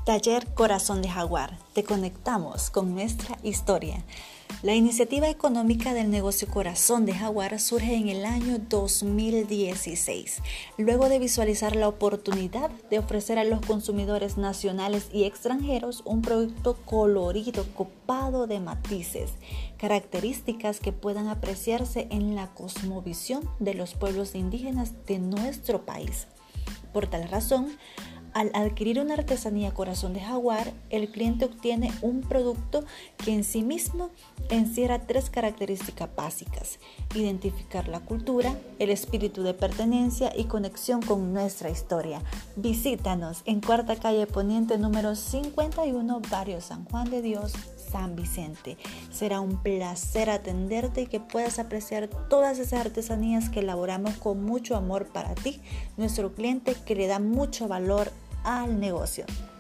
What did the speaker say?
Taller Corazón de Jaguar. Te conectamos con nuestra historia. La iniciativa económica del negocio Corazón de Jaguar surge en el año 2016, luego de visualizar la oportunidad de ofrecer a los consumidores nacionales y extranjeros un producto colorido, copado de matices, características que puedan apreciarse en la cosmovisión de los pueblos indígenas de nuestro país. Por tal razón, al adquirir una artesanía Corazón de Jaguar, el cliente obtiene un producto que en sí mismo encierra 3 características básicas: identificar la cultura, el espíritu de pertenencia y conexión con nuestra historia. Visítanos en Cuarta Calle Poniente, número 51, Barrio San Juan de Dios, San Vicente. Será un placer atenderte y que puedas apreciar todas esas artesanías que elaboramos con mucho amor para ti, nuestro cliente, que le da mucho valor al negocio.